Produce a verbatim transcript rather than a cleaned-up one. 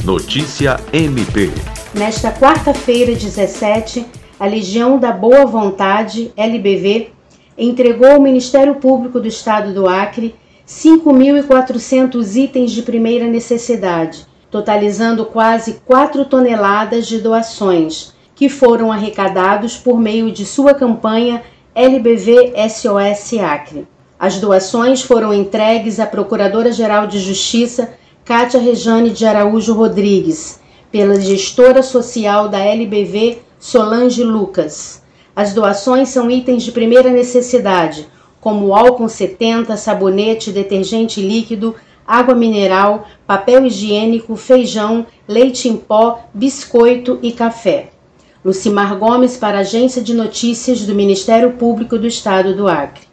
Notícia M P. Nesta quarta-feira, dezessete, a Legião da Boa Vontade, L B V, entregou ao Ministério Público do Estado do Acre cinco mil e quatrocentos itens de primeira necessidade, totalizando quase quatro toneladas de doações, que foram arrecadados por meio de sua campanha L B V S O S Acre. As doações foram entregues à Procuradora-Geral de Justiça, Cátia Rejane de Araújo Rodrigues, pela gestora social da L B V, Solange Lucas. As doações são itens de primeira necessidade, como álcool setenta, sabonete, detergente líquido, água mineral, papel higiênico, feijão, leite em pó, biscoito e café. Lucimar Gomes para a Agência de Notícias do Ministério Público do Estado do Acre.